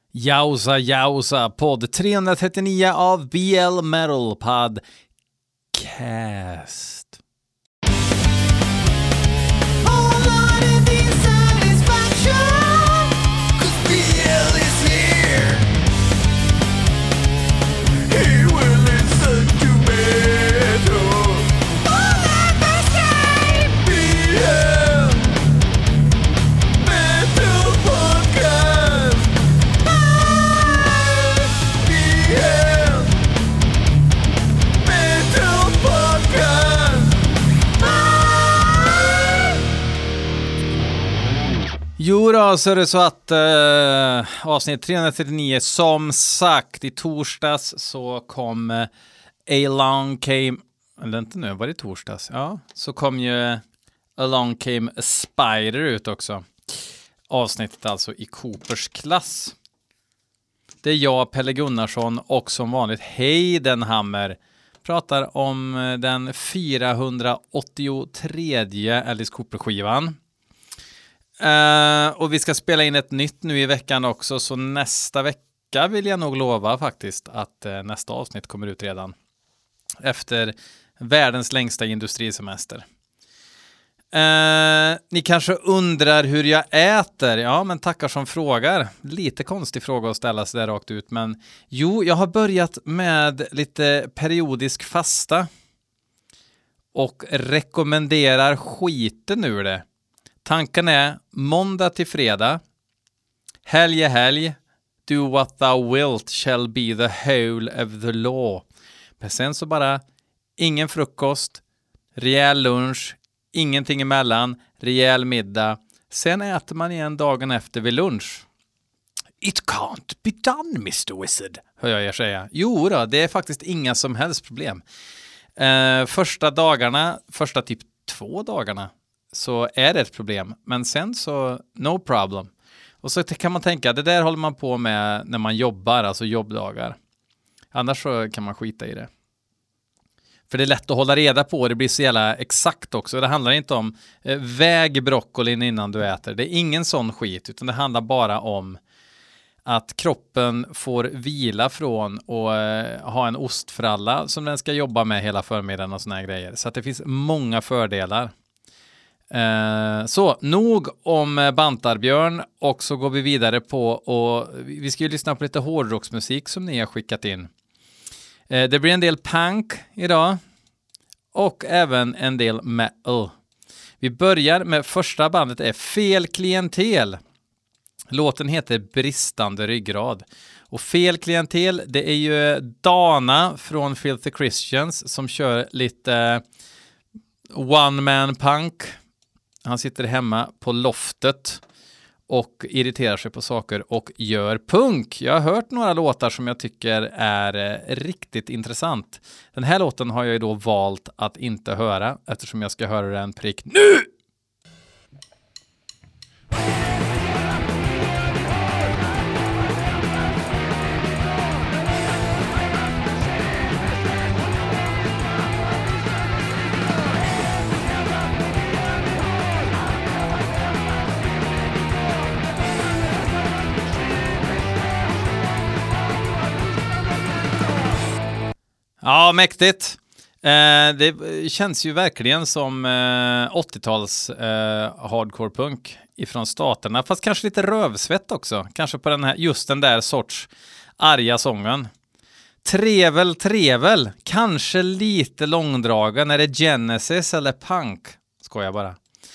Jausa, podd 339 av BL Metal Podcast. Jo då, så är det så att avsnitt 339, som sagt, i torsdags så kom Along Came, eller inte nu, var det torsdags? Ja, så kom ju Along Came a Spider ut också. Avsnittet alltså i Coopers klass. Det är jag, Pelle Gunnarsson, och som vanligt Heidenhammer pratar om den 483 Alice Cooper-skivan. Och vi ska spela in ett nytt nu i veckan också, så nästa vecka vill jag nog lova faktiskt att nästa avsnitt kommer ut redan efter världens längsta industrisemester. Ni kanske undrar hur jag äter. Ja, men tackar som frågar. Lite konstig fråga att ställa sig där rakt ut, men jo, jag har börjat med lite periodisk fasta och rekommenderar skiten ur det. Tanken är måndag till fredag, helg är helg, do what thou wilt shall be the whole of the law. Men sen så bara ingen frukost, rejäl lunch, ingenting emellan, rejäl middag. Sen äter man igen dagen efter vid lunch. It can't be done, Mr. Wizard, hör jag er säga. Jo då, det är faktiskt inga som helst problem. Första typ 2 dagarna, så är det ett problem. Men sen så, no problem. Och så kan man tänka, det där håller man på med när man jobbar, alltså jobbdagar. Annars så kan man skita i det. För det är lätt att hålla reda på, det blir så jävla exakt också. Det handlar inte om väg broccolin innan du äter. Det är ingen sån skit, utan det handlar bara om att kroppen får vila från och ha en ostfralla som den ska jobba med hela förmiddagen och såna här grejer. Så att det finns många fördelar. Så nog om Bantarbjörn, och så går vi vidare på, och vi ska ju lyssna på lite hårdrocksmusik som ni har skickat in. Det blir en del punk idag och även en del metal. Vi börjar med första bandet, är Fel klientel. Låten heter Bristande ryggrad. Och Fel klientel, det är ju Dana från Filthy Christians som kör lite one man punk. Han sitter hemma på loftet och irriterar sig på saker och gör punk. Jag har hört några låtar som jag tycker är riktigt intressant. Den här låten har jag ju då valt att inte höra, eftersom jag ska höra den prick nu! Ja, mäktigt. Det känns ju verkligen som 80-tals hardcore punk ifrån staterna, fast kanske lite rövsvett också. Kanske på just den där sorts arga sången. Trevel. Kanske lite långdragen. Är det Genesis eller punk? Skojar bara.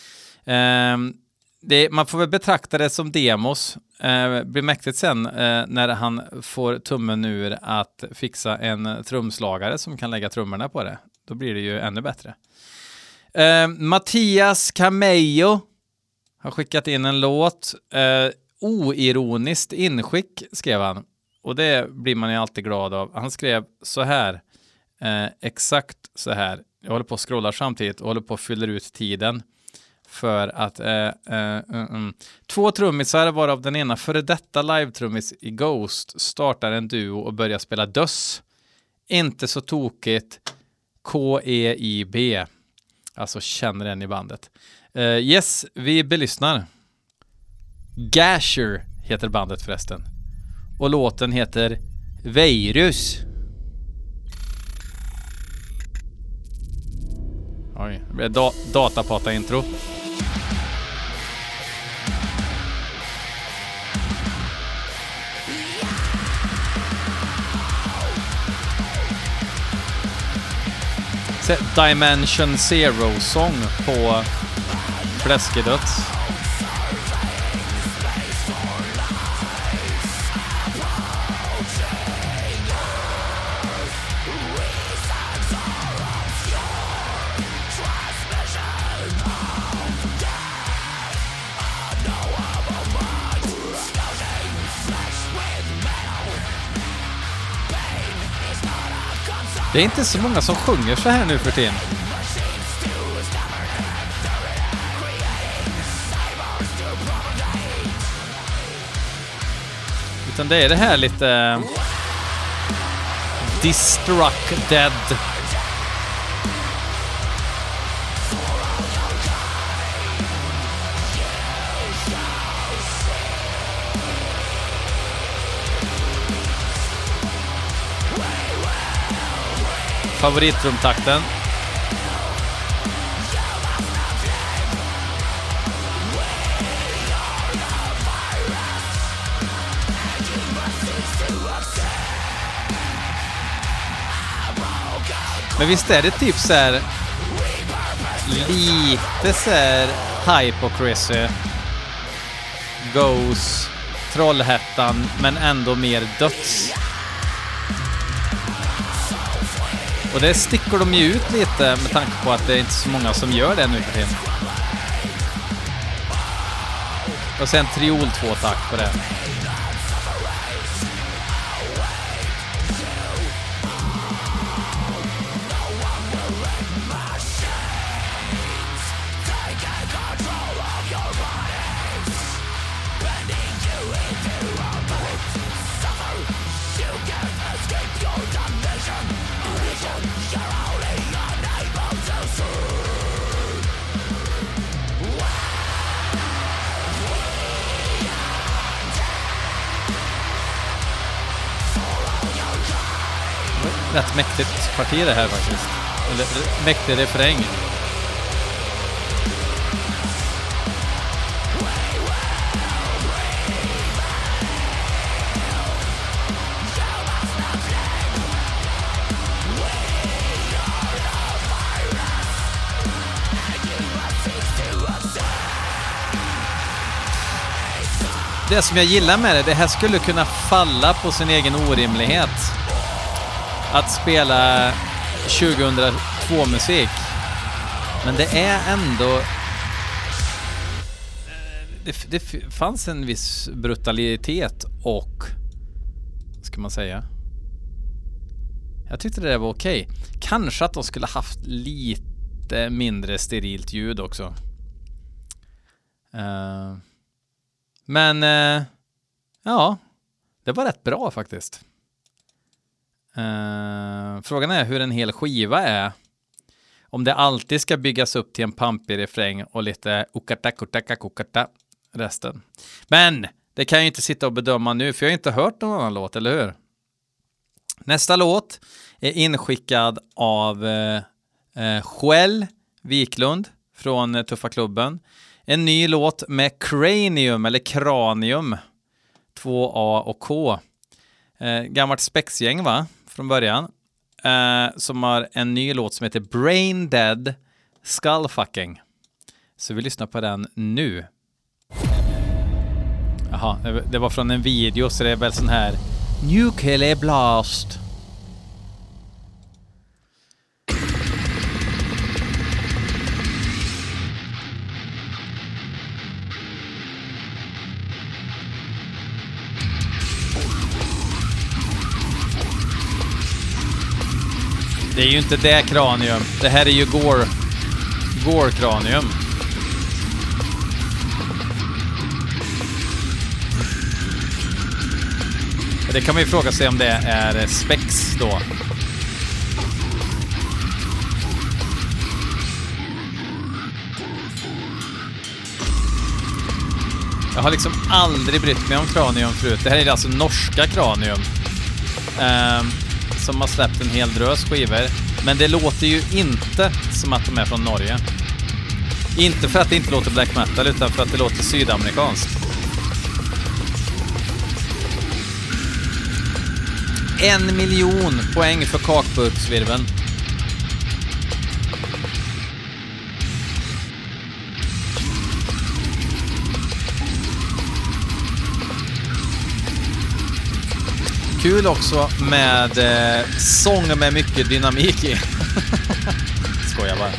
Man får väl betrakta det som demos. Blir mäktigt sen när han får tummen ur att fixa en trumslagare som kan lägga trummorna på det. Då blir det ju ännu bättre. Mattias Camello har skickat in en låt. Oironiskt inskick skrev han. Och det blir man ju alltid glad av. Han skrev så här. Exakt så här. Jag håller på att scrolla samtidigt och håller på att fylla ut tiden. För att 2 trummisar, varav den ena före detta live-trummis i Ghost, startar en duo och börjar spela döss. Inte så tokigt. KEIB. Alltså känner den i bandet. Yes, vi belyssnar. Gasher heter bandet förresten. och låten heter Virus. Oj, det blir datapata-intro. Dimension Zero-sång på Fläskedöds. Det är inte så många som sjunger så här nu för tiden. Utan det är det här lite Destructed. Favoritrumtakten. Men visst är det typ så här lite så här Hypocrisy, Ghost, Trollhättan, men ändå mer döds. Och det sticker de ju ut lite med tanke på att det är inte så många som gör det nu för tiden. Och sen triol 2-takt på det. Rätt mäktigt parti det här faktiskt. Eller mäktig refräng. Det som jag gillar med det här skulle kunna falla på sin egen orimlighet. Att spela 2002-musik. Men det är ändå... Det fanns en viss brutalitet och... Ska man säga? Jag tyckte det var okej. Kanske att de skulle haft lite mindre sterilt ljud också. Men... ja, det var rätt bra faktiskt. Frågan är hur en hel skiva är. Om det alltid ska byggas upp till en pampig refräng och lite ukata resten. Men det kan jag inte sitta och bedöma nu, för jag har inte hört någon annan låt, eller hur? Nästa låt är inskickad av Joel Wiklund från Tuffa Klubben. En ny låt med Cranium eller Kranium 2A och K. Gammalt spexgäng va? Från början. Som har en ny låt som heter Brain Dead Skullfucking. Så vi lyssnar på den nu. Jaha, det var från en video, så det är väl sån här Nuclear Blast. Det är ju inte det kranium. Det här är ju Gore-kranium. Det kan man ju fråga sig om det är spex då. Jag har liksom aldrig brytt mig om Cranium förut. Det här är alltså norska Cranium. Som har släppt en hel drös skivor. Men det låter ju inte som att de är från Norge. Inte för att det inte låter black metal, utan för att det låter sydamerikanskt. 1 miljon poäng för kakburksvirveln. Kul också med sång med mycket dynamik i. Skojar bara.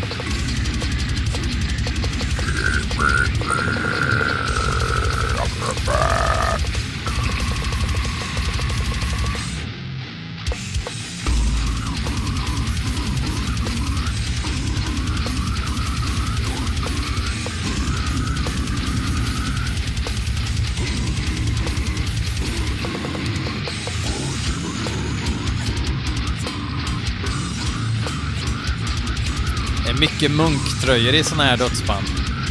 Mycket munktröjor i såna här dödsband.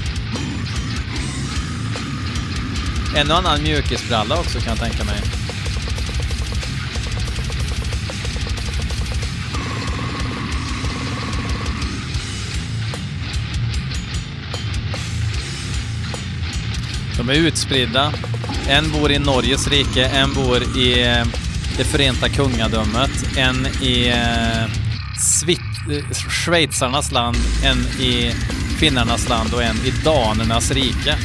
En och annan mjukisbralla också, kan jag tänka mig. De är utspridda. En bor i Norges rike, en bor i det förenta kungadömet, en i Schweizarnas land, en i finnarnas land och en i danernas rike.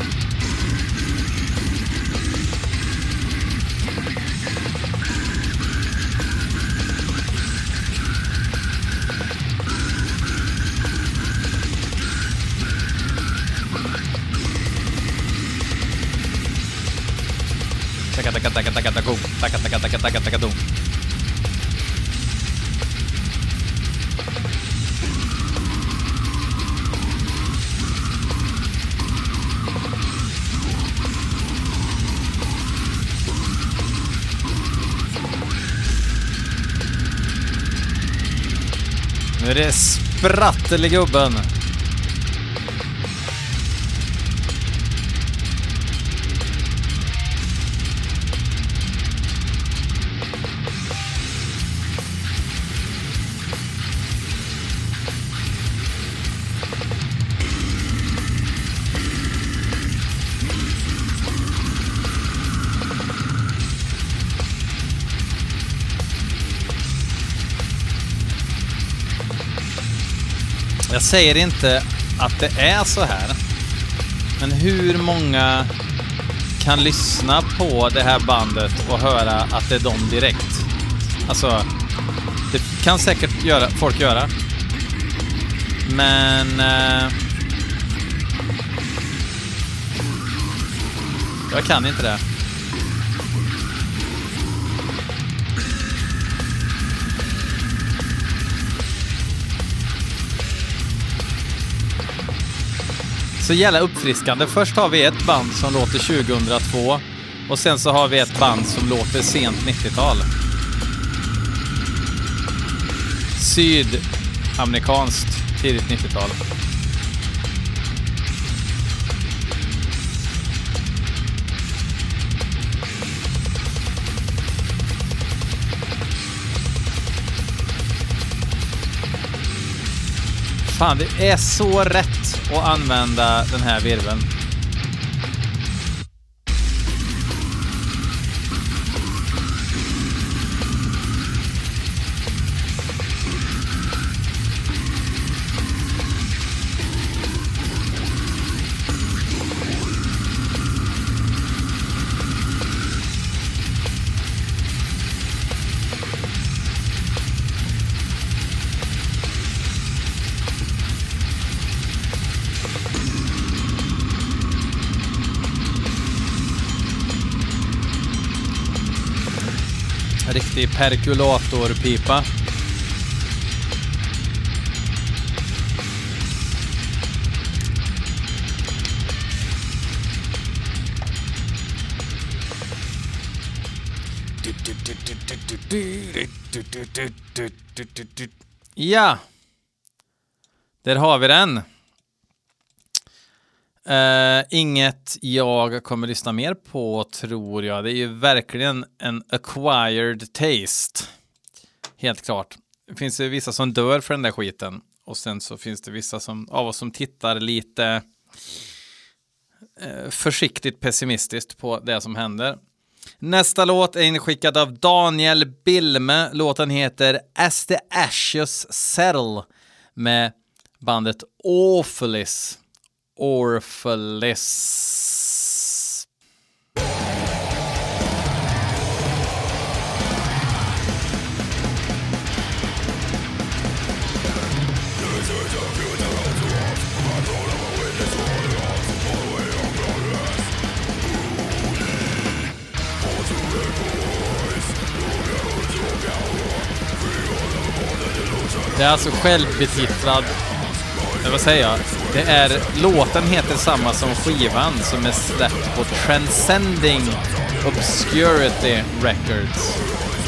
Nu är det sprattel i gubben. Jag säger inte att det är så här. Men hur många kan lyssna på det här bandet och höra att det är dem direkt? Alltså, det kan säkert folk göra. Men jag kan inte det. Så jävla uppfriskande. Först har vi ett band som låter 2002 och sen så har vi ett band som låter sent 90-tal. Sydamerikanskt tidigt 90-tal. Fan, det är så rätt att använda den här virveln. Riktig perkulatorpipa. Ja. Där har vi den. Inget jag kommer lyssna mer på, tror jag. Det är ju verkligen en acquired taste. Helt klart. Det finns ju vissa som dör för den där skiten. Och sen så finns det vissa av oss som tittar lite försiktigt pessimistiskt på det som händer. Nästa låt är inskickad av Daniel Bilme. Låten heter As the Ashes Settle med bandet Orpheus. Det är alltså självbetitlad. Vad säger jag? Låten heter samma som skivan som är släppt på Transcending Obscurity Records.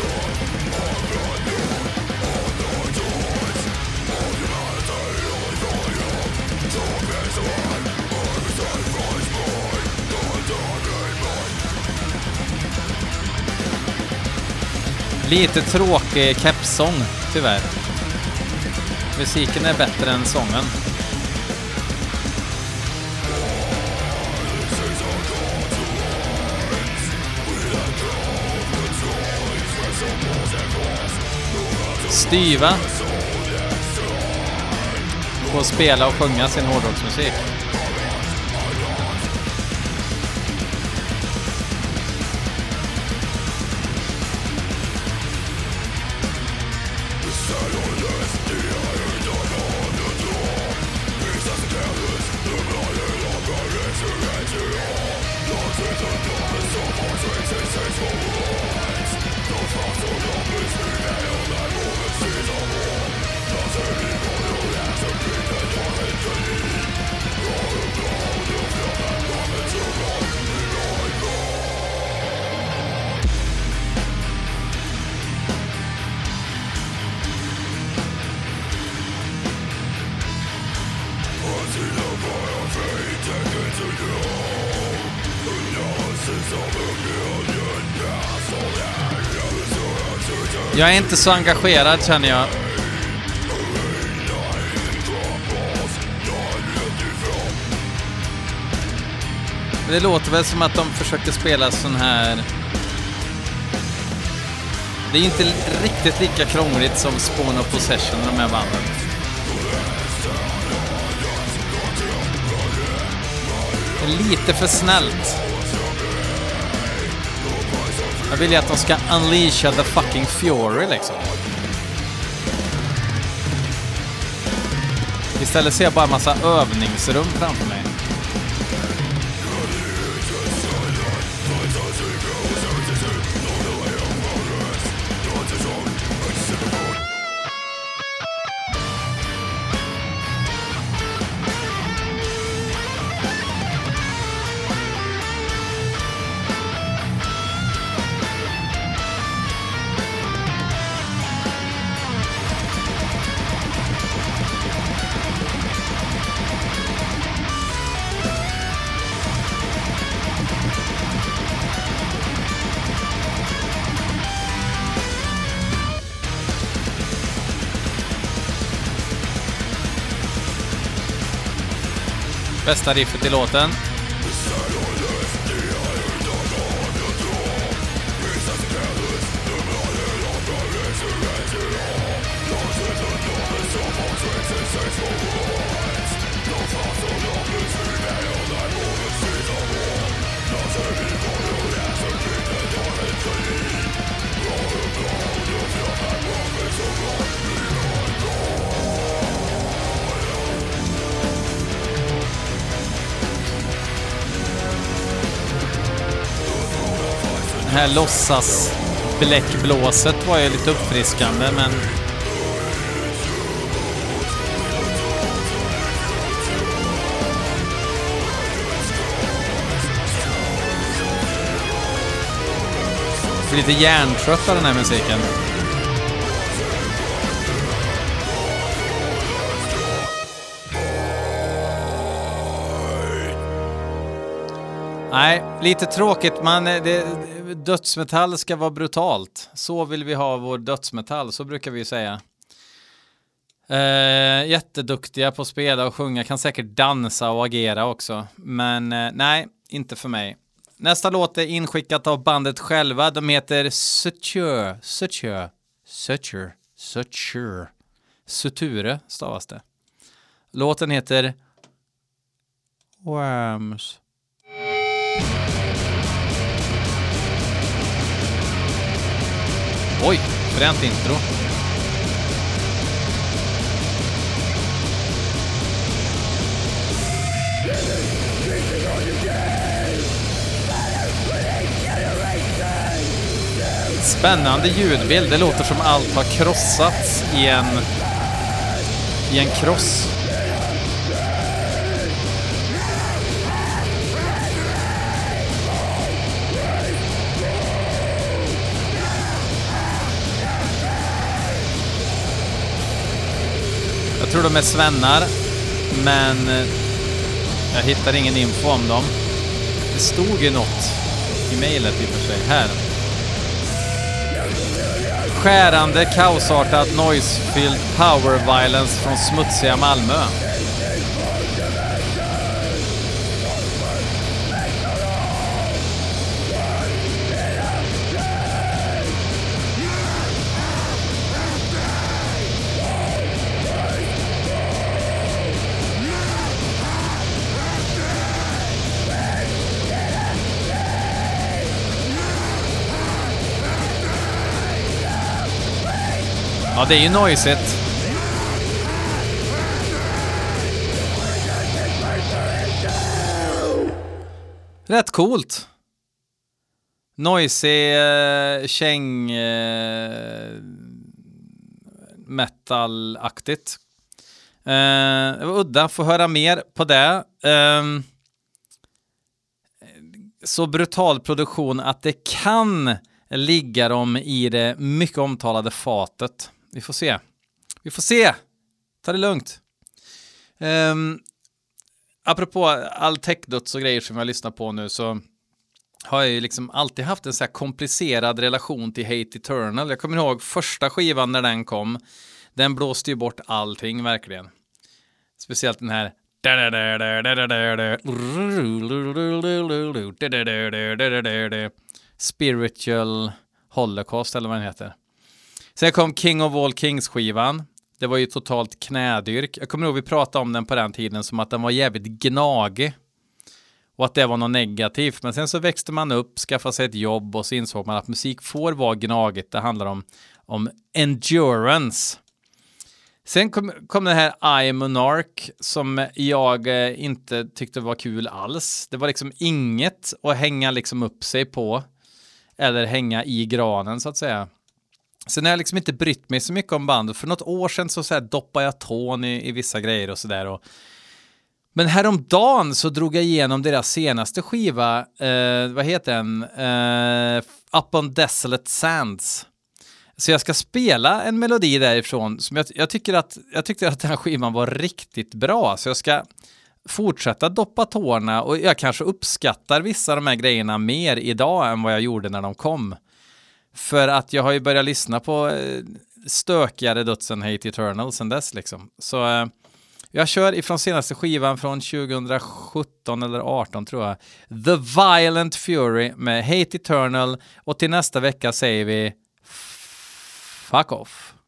Lite tråkig kepsång, tyvärr. Musiken är bättre än sången. Styva på att spela och sjunga sin hårdrocksmusik. Jag är inte så engagerad, känner jag. Men det låter väl som att de försöker spela sån här... Det är inte riktigt lika krångligt som Spawn of Possession, de här banden. Det är lite för snällt. Jag vill ju att de ska unleasha the fucking fury, liksom. Istället ser jag bara en massa övningsrum framför mig. Bästa riffet i låten. Det här låtsas bläckblåset var ju lite uppfriskande, men blir lite hjärntrött av den här musiken. Nej, lite tråkigt. Dödsmetall ska vara brutalt. Så vill vi ha vår dödsmetall, så brukar vi säga. Jätteduktiga på att spela och sjunga, kan säkert dansa och agera också. Men nej, inte för mig. Nästa låt är inskickat av bandet själva. De heter Suture stavas det. Låten heter Worms. Oj, fränt intro. Spännande ljudbild. Det låter som allt har krossats i en kross. Jag tror de är svennar, men jag hittar ingen info om dem. Det stod ju något i mejlet i och för sig. Här. Skärande, kaosartat, noise-fylld power violence från smutsiga Malmö. Ja, det är ju noisigt. Rätt coolt. Noisy käng metal-aktigt. Det var udda, få höra mer på det. Så brutal produktion att det kan ligga dem i det mycket omtalade fatet. Vi får se. Ta det lugnt. Apropå all techdöds och grejer som jag lyssnar på nu, så har jag ju liksom alltid haft en så här komplicerad relation till Hate Eternal. Jag kommer ihåg första skivan när den kom. Den blåste ju bort allting verkligen. Speciellt den här Spiritual Holocaust eller vad den heter. Sen kom King of All Kings-skivan. Det var ju totalt knädyrk. Jag kommer ihåg vi pratade om den på den tiden som att den var jävligt gnagig. Och att det var något negativt. Men sen så växte man upp, skaffade sig ett jobb och så insåg man att musik får vara gnagigt. Det handlar om endurance. Sen kom den här I Monarch som jag inte tyckte var kul alls. Det var liksom inget att hänga liksom upp sig på. Eller hänga i granen så att säga. Sen har jag liksom inte brytt mig så mycket om bandet. För något år sedan så här doppade jag tån i vissa grejer och sådär. Men häromdagen så drog jag igenom deras senaste skiva. Vad heter den? Up on Desolate Sands. Så jag ska spela en melodi därifrån. Som jag tyckte att den här skivan var riktigt bra. Så jag ska fortsätta doppa tårna. Och jag kanske uppskattar vissa av de här grejerna mer idag än vad jag gjorde när de kom. För att jag har ju börjat lyssna på stökigare dödsen Hate Eternal sen dess liksom. Så jag kör ifrån senaste skivan från 2017 eller 18 tror jag. The Violent Fury med Hate Eternal. Och till nästa vecka säger vi fuck off.